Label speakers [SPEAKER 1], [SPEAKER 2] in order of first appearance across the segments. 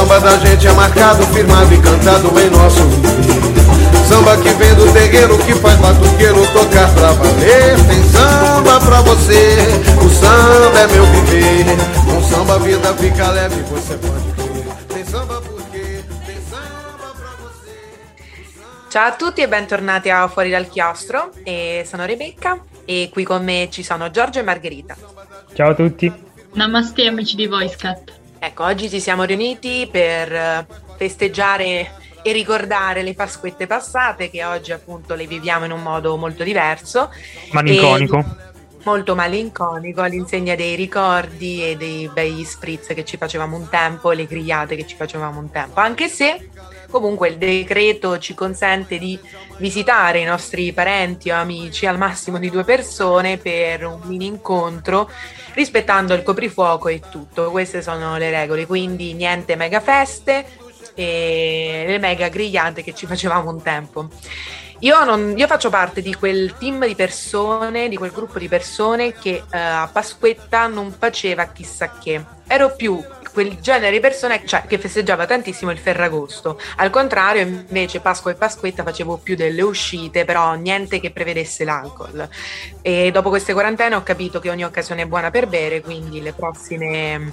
[SPEAKER 1] samba da gente é marcado, firmado e cantado em nosso viver. Samba que vem do terreiro, que faz batuqueiro tocar pra valer. Tem samba pra você, o samba é meu viver. Com samba a vida fica leve, você pode crer. Tem samba porque tem samba pra você.
[SPEAKER 2] Ciao a tutti e bentornati a Fuori dal Chiostro, sono Rebecca e qui con me ci sono Giorgio e Margherita.
[SPEAKER 3] Ciao a tutti.
[SPEAKER 4] Namaste amici di VoiceCat.
[SPEAKER 2] Ecco, oggi ci siamo riuniti per festeggiare e ricordare le Pasquette passate, che oggi appunto le viviamo in un modo molto diverso.
[SPEAKER 3] Malinconico.
[SPEAKER 2] Molto malinconico, all'insegna dei ricordi e dei bei spritz che ci facevamo un tempo, le grigliate che ci facevamo un tempo, anche se comunque il decreto ci consente di visitare i nostri parenti o amici al massimo di 2 persone per un mini incontro, rispettando il coprifuoco e tutto. Queste sono le regole, quindi niente mega feste e le mega grigliate che ci facevamo un tempo. Io faccio parte di quel team di persone, di quel gruppo di persone che a Pasquetta non faceva chissà che. Ero più quel genere di persone, cioè, che festeggiava tantissimo il Ferragosto. Al contrario, invece, Pasqua e Pasquetta facevo più delle uscite, però niente che prevedesse l'alcol. E dopo queste quarantene ho capito che ogni occasione è buona per bere, quindi le prossime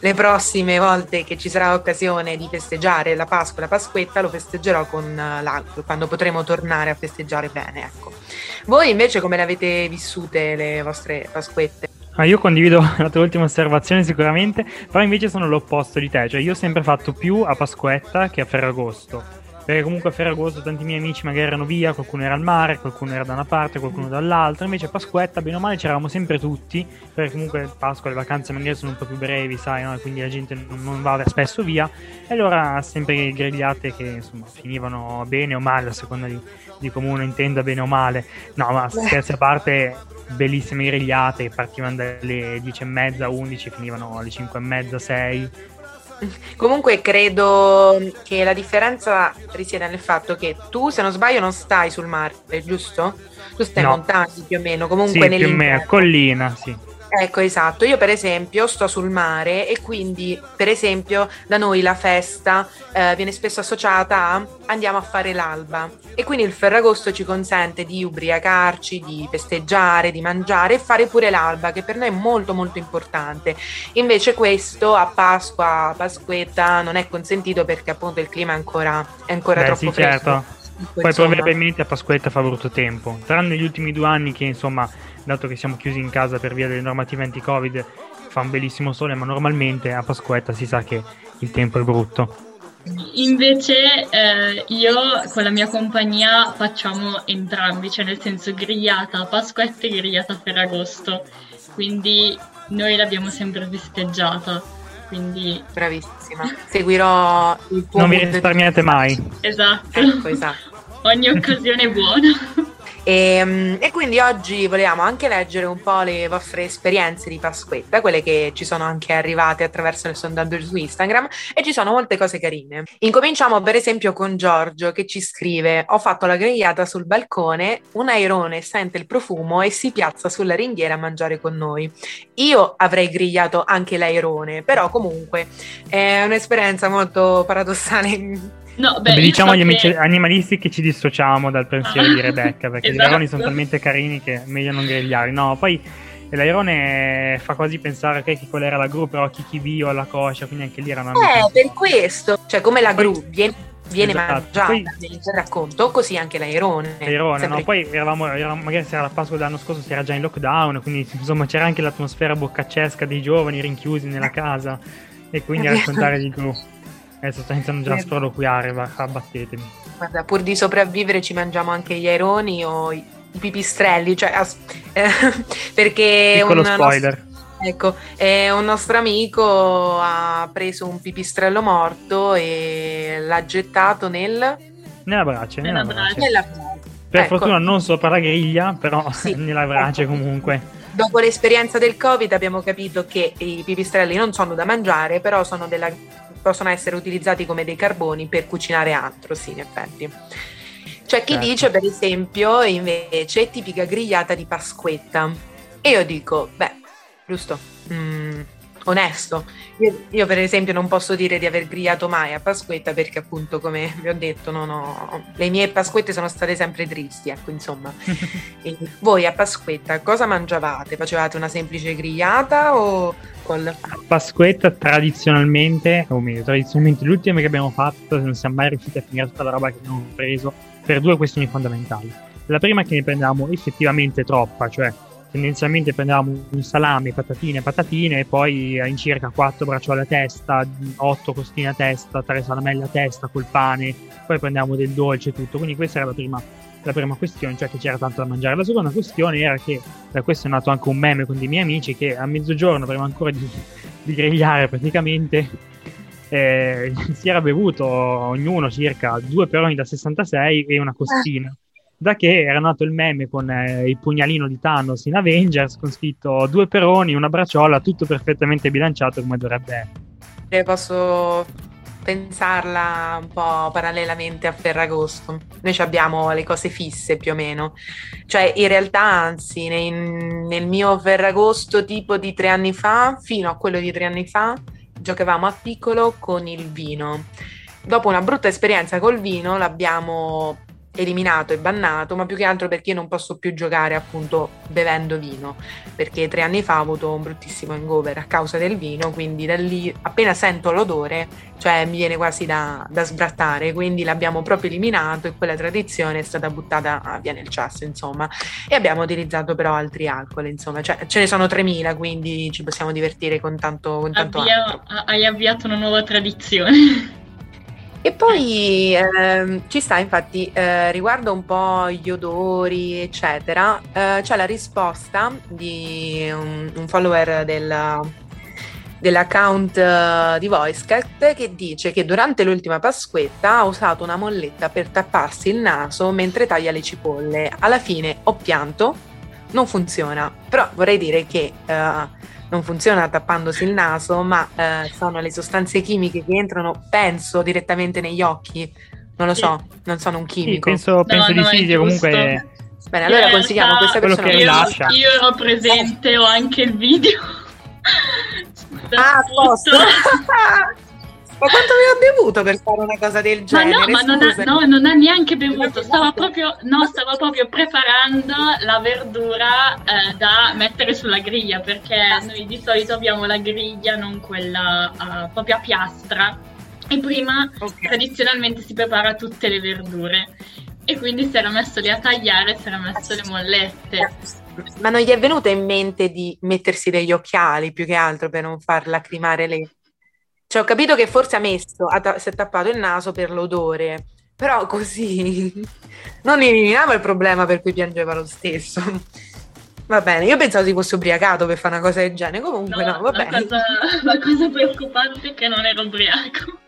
[SPEAKER 2] volte che ci sarà occasione di festeggiare la Pasqua e la Pasquetta lo festeggerò con l'alcol, quando potremo tornare a festeggiare bene, ecco. Voi invece come le avete vissute le vostre Pasquette?
[SPEAKER 3] Io condivido la tua ultima osservazione sicuramente, però invece sono l'opposto di te, cioè io ho sempre fatto più a Pasquetta che a Ferragosto, perché comunque a Ferragosto tanti miei amici magari erano via, qualcuno era al mare, qualcuno era da una parte, qualcuno dall'altra, invece a Pasquetta bene o male c'eravamo sempre tutti, perché comunque Pasqua le vacanze magari sono un po' più brevi, sai, no? Quindi la gente non va spesso via, e allora sempre grigliate che insomma finivano bene o male, a seconda di come uno intenda bene o male. No, ma scherzi a parte, bellissime grigliate che partivano dalle 10:30, 11, finivano alle 5:30, 6.
[SPEAKER 2] Comunque credo che la differenza risieda nel fatto che tu, se non sbaglio, non stai sul mare, giusto? Tu stai in montagna più o meno, comunque
[SPEAKER 3] sì, più o meno, collina, sì.
[SPEAKER 2] Ecco, esatto. Io per esempio sto sul mare e quindi per esempio da noi la festa viene spesso associata a andiamo a fare l'alba, e quindi il Ferragosto ci consente di ubriacarci, di festeggiare, di mangiare e fare pure l'alba, che per noi è molto molto importante. Invece questo a Pasqua, a Pasquetta non è consentito perché appunto il clima è ancora troppo
[SPEAKER 3] sì,
[SPEAKER 2] fresco.
[SPEAKER 3] certo. Poi
[SPEAKER 2] Insomma,
[SPEAKER 3] probabilmente a Pasquetta fa brutto tempo, tranne negli ultimi 2 anni che insomma, dato che siamo chiusi in casa per via delle normative anti-Covid, fa un bellissimo sole, ma normalmente a Pasquetta si sa che il tempo è brutto.
[SPEAKER 4] Invece io con la mia compagnia facciamo entrambi, cioè nel senso grigliata a Pasquetta e grigliata a Ferragosto, quindi noi l'abbiamo sempre festeggiata, quindi
[SPEAKER 2] bravissima, seguirò il tuo
[SPEAKER 3] Non vi
[SPEAKER 2] mood di
[SPEAKER 3] risparmiate mai.
[SPEAKER 4] esatto,
[SPEAKER 2] Ecco, esatto.
[SPEAKER 4] ogni occasione è buona.
[SPEAKER 2] E quindi oggi volevamo anche leggere un po' le vostre esperienze di Pasquetta, quelle che ci sono anche arrivate attraverso il sondaggio su Instagram, e ci sono molte cose carine. Incominciamo per esempio con Giorgio che ci scrive: ho fatto la grigliata sul balcone, un airone sente il profumo e si piazza sulla ringhiera a mangiare con noi. Io avrei grigliato anche l'airone, però comunque è un'esperienza molto paradossale.
[SPEAKER 4] No,
[SPEAKER 3] Diciamo agli
[SPEAKER 4] amici
[SPEAKER 3] animalisti che ci dissociamo dal pensiero di Rebecca, perché
[SPEAKER 4] esatto.
[SPEAKER 3] Gli aironi sono talmente carini che è meglio non grigliare. No, poi l'airone fa quasi pensare che quella era la gru, però Kikibì o la coscia, quindi anche lì era una
[SPEAKER 2] per questo, cioè come la gru viene
[SPEAKER 3] esatto.
[SPEAKER 2] mangiata
[SPEAKER 3] Poi,
[SPEAKER 2] nel racconto, così anche l'airone.
[SPEAKER 3] no? Poi eravamo magari se era la Pasqua dell'anno scorso, si era già in lockdown, quindi insomma c'era anche l'atmosfera boccaccesca dei giovani rinchiusi nella casa, e quindi a raccontare di gru. Adesso sto iniziando già a sproloquiare, abbattetemi.
[SPEAKER 2] Guarda, pur di sopravvivere ci mangiamo anche gli aironi o i pipistrelli, cioè perché
[SPEAKER 3] Piccolo spoiler.
[SPEAKER 2] Ecco, un nostro amico ha preso un pipistrello morto e l'ha gettato nella brace.
[SPEAKER 3] Per
[SPEAKER 2] ecco.
[SPEAKER 3] fortuna non sopra la griglia, però
[SPEAKER 2] sì,
[SPEAKER 3] nella brace
[SPEAKER 2] ecco.
[SPEAKER 3] Comunque.
[SPEAKER 2] Dopo l'esperienza del Covid abbiamo capito che i pipistrelli non sono da mangiare, però possono essere utilizzati come dei carboni per cucinare altro, sì, in effetti. C'è chi dice, per esempio, invece, tipica grigliata di Pasquetta. E io dico, giusto, onesto. Io per esempio non posso dire di aver grigliato mai a Pasquetta perché appunto, come vi ho detto, le mie Pasquette sono state sempre tristi, ecco, insomma. E voi a Pasquetta cosa mangiavate? Facevate una semplice grigliata o col...
[SPEAKER 3] A Pasquetta tradizionalmente le ultime che abbiamo fatto non siamo mai riusciti a finire tutta la roba che abbiamo preso per due questioni fondamentali. La prima è che ne prendevamo effettivamente troppa, cioè tendenzialmente prendevamo un salame, patatine e poi in circa 4 braciole a testa, 8 costine a testa, 3 salamelle a testa col pane, poi prendevamo del dolce e tutto. Quindi questa era la prima questione, cioè che c'era tanto da mangiare. La seconda questione era che da questo è nato anche un meme con dei miei amici che a mezzogiorno, prima ancora di grigliare praticamente, si era bevuto ognuno circa 2 peroni da 66 e una costina. Da che era nato il meme con il pugnalino di Thanos in Avengers con scritto 2 peroni, una bracciola, tutto perfettamente bilanciato come dovrebbe essere.
[SPEAKER 2] Posso pensarla un po' parallelamente a Ferragosto. Noi abbiamo le cose fisse più o meno, cioè in realtà anzi nel mio Ferragosto tipo di 3 anni fa, fino a quello di 3 anni fa, giocavamo a piccolo con il vino. Dopo una brutta esperienza col vino l'abbiamo eliminato e bannato, ma più che altro perché io non posso più giocare appunto bevendo vino, perché 3 anni fa ho avuto un bruttissimo hangover a causa del vino, quindi da lì appena sento l'odore, cioè mi viene quasi da sbrattare, quindi l'abbiamo proprio eliminato e quella tradizione è stata buttata via nel cesso, insomma, e abbiamo utilizzato però altri alcol, insomma, cioè ce ne sono 3000, quindi ci possiamo divertire con tanto altro.
[SPEAKER 4] Hai avviato una nuova tradizione.
[SPEAKER 2] E poi ci sta, infatti, riguardo un po' gli odori, eccetera, c'è la risposta di un follower dell'account di VoiceCat che dice che durante l'ultima Pasquetta ha usato una molletta per tapparsi il naso mentre taglia le cipolle. Alla fine ho pianto, non funziona, però vorrei dire che... non funziona tappandosi il naso, ma sono le sostanze chimiche che entrano, penso, direttamente negli occhi. Non lo so, non sono un chimico.
[SPEAKER 3] Sì, penso di sì, comunque...
[SPEAKER 2] Bene, allora consigliamo questa persona.
[SPEAKER 4] Io ero presente, ho anche il video.
[SPEAKER 2] Ah, a posto. Ma quanto aveva bevuto per fare una cosa del genere?
[SPEAKER 4] Non ha neanche bevuto, stava proprio preparando la verdura da mettere sulla griglia, perché noi di solito abbiamo la griglia, non quella proprio a piastra, e prima tradizionalmente si prepara tutte le verdure, e quindi si era messo lì a tagliare, si era messo le mollette.
[SPEAKER 2] Ma non gli è venuto in mente di mettersi degli occhiali, più che altro, per non far lacrimare le... Cioè, ho capito che forse si è tappato il naso per l'odore, però così non eliminava il problema per cui piangeva lo stesso. Va bene, io pensavo si fosse ubriacato per fare una cosa del genere, comunque no, va bene.
[SPEAKER 4] La cosa preoccupante è che non era ubriaco.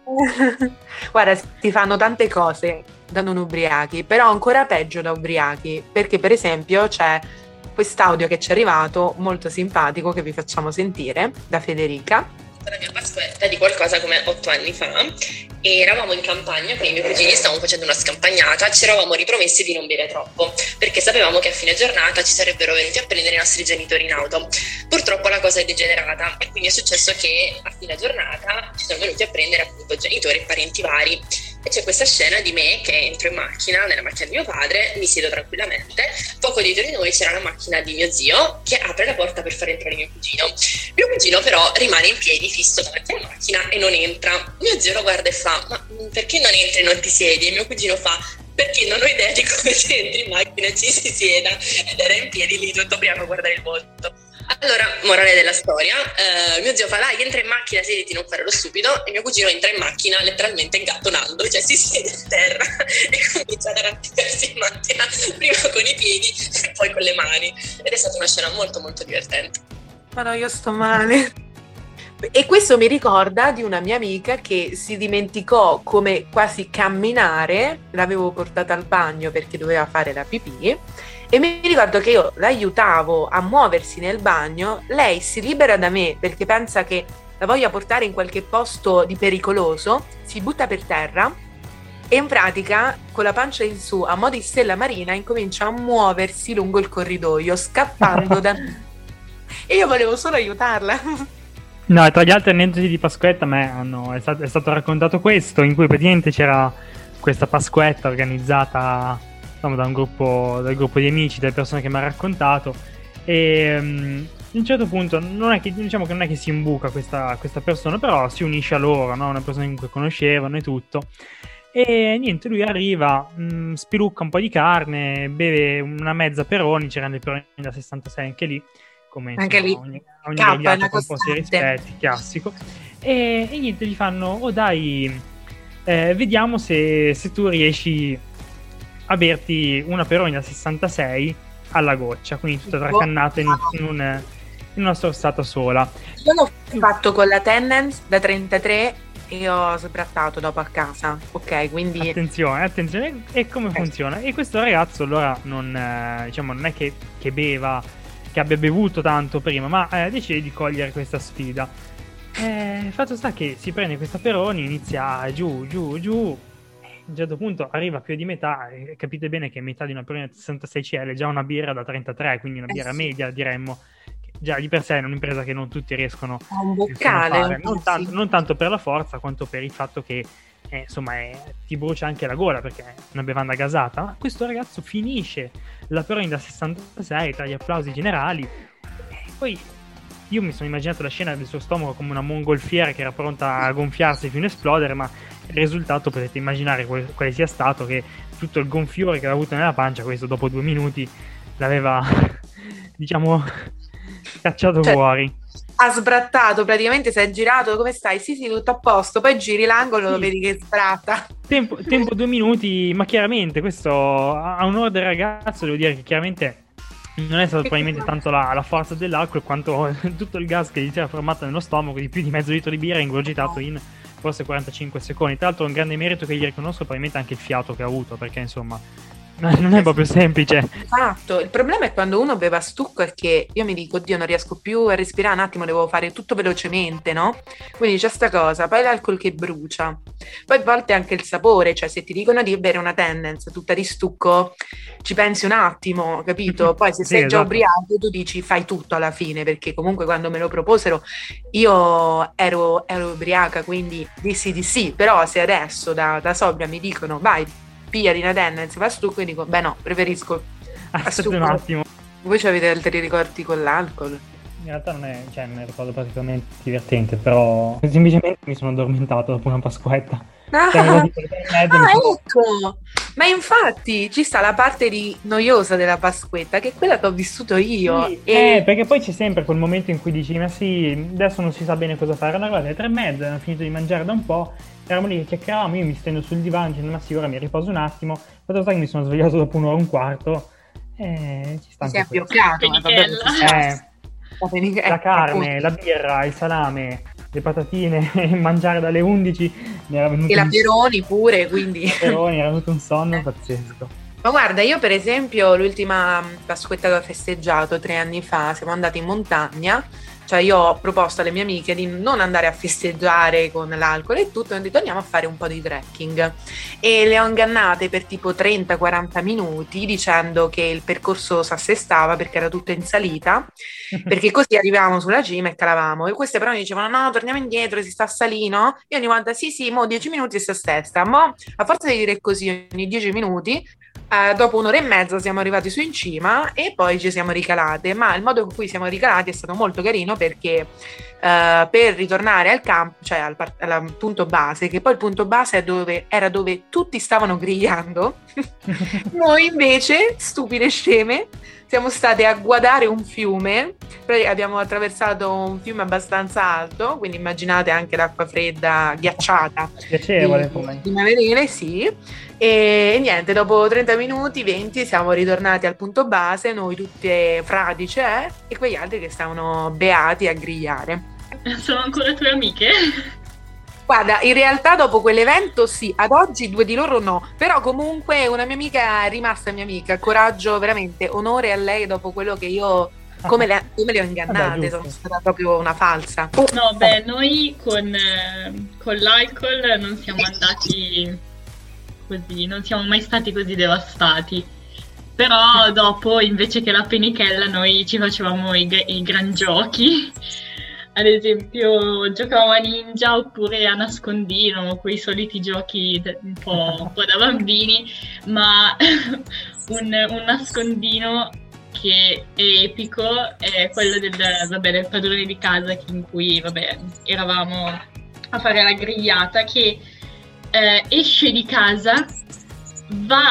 [SPEAKER 2] Guarda, si fanno tante cose da non ubriachi, però ancora peggio da ubriachi, perché per esempio c'è quest'audio che ci è arrivato, molto simpatico, che vi facciamo sentire, da Federica.
[SPEAKER 5] La mia Pasquetta di qualcosa come 8 anni fa, e eravamo in campagna con i miei cugini, stavamo facendo una scampagnata, ci eravamo ripromessi di non bere troppo perché sapevamo che a fine giornata ci sarebbero venuti a prendere i nostri genitori in auto. Purtroppo la cosa è degenerata e quindi è successo che a fine giornata ci sono venuti a prendere appunto genitori e parenti vari, e c'è questa scena di me che entro in macchina, nella macchina di mio padre, mi siedo tranquillamente, poco dietro di noi c'era la macchina di mio zio che apre la porta per far entrare mio cugino però rimane in piedi fisso davanti alla macchina e non entra. Mio zio lo guarda e fa: ma perché non entri e non ti siedi? E mio cugino fa: perché non ho idea di come si entri in macchina e ci si sieda, ed era in piedi lì tutto ubriaco a guardare il volto. Allora, morale della storia, mio zio fa: dai, entra in macchina, siediti, non fare lo stupido, e mio cugino entra in macchina letteralmente gattonando, cioè si siede a terra e comincia ad arrampicarsi in macchina, prima con i piedi e poi con le mani, ed è stata una scena molto molto divertente.
[SPEAKER 2] Ma no, io sto male. E questo mi ricorda di una mia amica che si dimenticò come quasi camminare, l'avevo portata al bagno perché doveva fare la pipì, e mi ricordo che io l'aiutavo a muoversi nel bagno, lei si libera da me perché pensa che la voglia portare in qualche posto di pericoloso, si butta per terra e in pratica con la pancia in su a mo' di stella marina incomincia a muoversi lungo il corridoio scappando da me, e io volevo solo aiutarla.
[SPEAKER 3] No, tra gli altri aneddoti di Pasquetta a me è stato raccontato questo, in cui praticamente c'era questa Pasquetta organizzata, insomma, dal gruppo di amici, delle persone che mi ha raccontato, e a un certo punto diciamo che non è che si imbuca questa persona, però si unisce a loro, no? Una persona che conoscevano e tutto. E niente, lui arriva, spilucca un po' di carne, beve una mezza Peroni, c'erano le Peroni da 66 anche lì, come
[SPEAKER 2] anche
[SPEAKER 3] insomma,
[SPEAKER 2] lì
[SPEAKER 3] ogni
[SPEAKER 2] K è
[SPEAKER 3] grigliata
[SPEAKER 2] una
[SPEAKER 3] con un po' si
[SPEAKER 2] costante.
[SPEAKER 3] rispetti, classico. E niente, gli fanno, oh dai, vediamo se tu riesci a berti una Peroni da 66 alla goccia, quindi tutta tracannata in una sorsata sola.
[SPEAKER 2] Io l'ho fatto con la Tennent's da 33 e ho sbrattato dopo a casa, ok? Quindi
[SPEAKER 3] attenzione, e come funziona? E questo ragazzo allora non è che beva, che abbia bevuto tanto prima, ma decide di cogliere questa sfida. Fatto sta che si prende questa Peroni, inizia giù, a un certo punto arriva più di metà, e capite bene che metà di una Peroni da 66 CL è già una birra da 33, quindi una birra media, diremmo. Già di per sé è un'impresa che non tutti riescono
[SPEAKER 2] a un
[SPEAKER 3] a fare,
[SPEAKER 2] boccale,
[SPEAKER 3] non tanto per la forza quanto per il fatto che ti brucia anche la gola perché è una bevanda gasata. Ma questo ragazzo finisce la Peroni da 66 tra gli applausi generali, e poi io mi sono immaginato la scena del suo stomaco come una mongolfiera che era pronta a gonfiarsi fino a esplodere, ma il risultato potete immaginare quale sia stato, che tutto il gonfiore che aveva avuto nella pancia, questo dopo 2 minuti l'aveva diciamo cacciato fuori.
[SPEAKER 2] Ha sbrattato, praticamente si è girato, come stai? Sì, tutto a posto, poi giri l'angolo, lo vedi che sbratta.
[SPEAKER 3] Tempo 2 minuti, ma chiaramente questo a onore del ragazzo devo dire che chiaramente non è stato probabilmente tanto la forza dell'alcol quanto tutto il gas che gli si era formato nello stomaco, di più di mezzo litro di birra ingurgitato in forse 45 secondi. Tra l'altro un grande merito che gli riconosco probabilmente anche il fiato che ha avuto, perché insomma non è proprio semplice.
[SPEAKER 2] Esatto, il problema è quando uno beve a stucco, è che io mi dico, oddio, non riesco più a respirare, un attimo devo fare tutto velocemente, no? Quindi c'è sta cosa, poi l'alcol che brucia, poi a volte anche il sapore, cioè se ti dicono di bere una Tennent's tutta di stucco ci pensi un attimo, capito? Poi se sei già
[SPEAKER 3] esatto.
[SPEAKER 2] ubriaco tu dici fai tutto alla fine, perché comunque quando me lo proposero io ero ubriaca, quindi dissi di sì, però se adesso da sobria mi dicono vai, pigliati una Tennent's, fa stucco, e dico, beh no, preferisco
[SPEAKER 3] Aspetta un attimo.
[SPEAKER 2] Voi ci avete altri ricordi con l'alcol?
[SPEAKER 3] In realtà non è un ricordo particolarmente divertente, però semplicemente mi sono addormentato dopo una Pasquetta.
[SPEAKER 2] Ecco! Ma infatti ci sta la parte noiosa della Pasquetta, che è quella che ho vissuto io.
[SPEAKER 3] Sì, perché poi c'è sempre quel momento in cui dici, ma sì, adesso non si sa bene cosa fare. Allora, alle 3:30, abbiamo finito di mangiare da un po', eravamo lì che chiacchieravamo, io mi stendo sul divano dicendo, ma sì, ora mi riposo un attimo. Fatto sta che mi sono svegliato dopo 1 ora e un quarto. Ci sta
[SPEAKER 2] si è
[SPEAKER 3] anche
[SPEAKER 2] abbioccato.
[SPEAKER 3] la carne, la birra, il salame, le patatine, mangiare dalle 11 mi era venuto
[SPEAKER 2] e la Peroni pure, quindi
[SPEAKER 3] Peroni, era venuto un sonno pazzesco.
[SPEAKER 2] Ma guarda, io per esempio l'ultima Pasquetta che ho festeggiato 3 anni fa, siamo andati in montagna, cioè io ho proposto alle mie amiche di non andare a festeggiare con l'alcol e tutto, e ho detto andiamo a fare un po' di trekking, e le ho ingannate per tipo 30-40 minuti dicendo che il percorso si assestava perché era tutto in salita, perché così arrivavamo sulla cima e calavamo, e queste però mi dicevano no, torniamo indietro, si sta a salino, io ogni volta sì, mo 10 minuti e si assesta, mo a forza di dire così ogni 10 minuti, dopo 1 ora e mezza siamo arrivati su in cima e poi ci siamo ricalate, ma il modo in cui siamo ricalati è stato molto carino, perché per ritornare al campo, cioè al punto base, che poi il punto base era dove tutti stavano grigliando, noi invece, stupide sceme, siamo state a guardare un fiume, abbiamo attraversato un fiume abbastanza alto, quindi immaginate anche l'acqua fredda ghiacciata,
[SPEAKER 3] piacevole
[SPEAKER 2] primaverile, sì, e niente, dopo 30 minuti, 20 siamo ritornati al punto base, noi tutte fradicie e quegli altri che stavano beati a grigliare.
[SPEAKER 4] Sono ancora tue amiche?
[SPEAKER 2] Guarda, in realtà dopo quell'evento sì, ad oggi 2 di loro no, però comunque una mia amica è rimasta mia amica, coraggio, veramente, onore a lei dopo quello che io, come le ho ingannate, sono stata proprio una falsa.
[SPEAKER 4] No, beh, noi con l'alcol non siamo andati così, non siamo mai stati così devastati, però dopo invece che la penichella noi ci facevamo i gran giochi. ad esempio giocavamo a ninja oppure a nascondino, quei soliti giochi un po' da bambini, ma un nascondino che è epico è quello del padrone di casa in cui eravamo a fare la grigliata, che esce di casa, va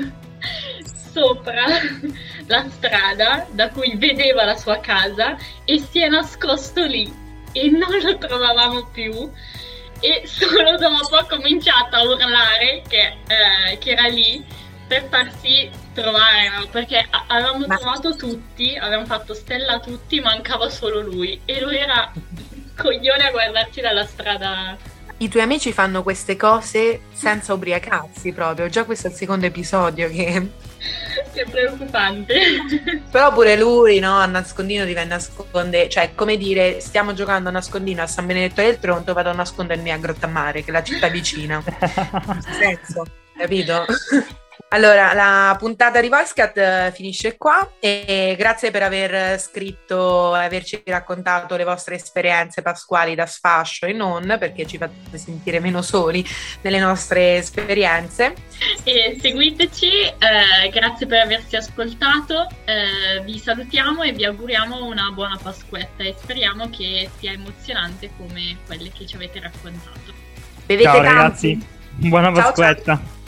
[SPEAKER 4] sopra la strada da cui vedeva la sua casa e si è nascosto lì e non lo trovavamo più, e solo dopo ha cominciato a urlare che era lì per farsi trovare, no? Perché avevamo trovato tutti, avevamo fatto stella a tutti, mancava solo lui e lui era coglione a guardarci dalla strada.
[SPEAKER 2] I tuoi amici fanno queste cose senza ubriacarsi proprio, già questo è il secondo episodio che
[SPEAKER 4] è preoccupante.
[SPEAKER 2] Però pure lui, no, a nascondino ti va a nascondere, cioè come dire, stiamo giocando a nascondino a San Benedetto del Tronto, vado a nascondermi a Grottammare, che è la città vicina. In senso, capito? Allora, la puntata di Voicecat finisce qua e grazie per aver scritto e averci raccontato le vostre esperienze pasquali da sfascio e non, perché ci fate sentire meno soli nelle nostre esperienze.
[SPEAKER 4] E seguiteci, grazie per averci ascoltato, vi salutiamo e vi auguriamo una buona Pasquetta e speriamo che sia emozionante come quelle che ci avete raccontato.
[SPEAKER 2] Bevete
[SPEAKER 3] Ciao
[SPEAKER 2] tanti.
[SPEAKER 3] ragazzi, buona
[SPEAKER 2] Ciao,
[SPEAKER 3] Pasquetta.
[SPEAKER 2] ciao.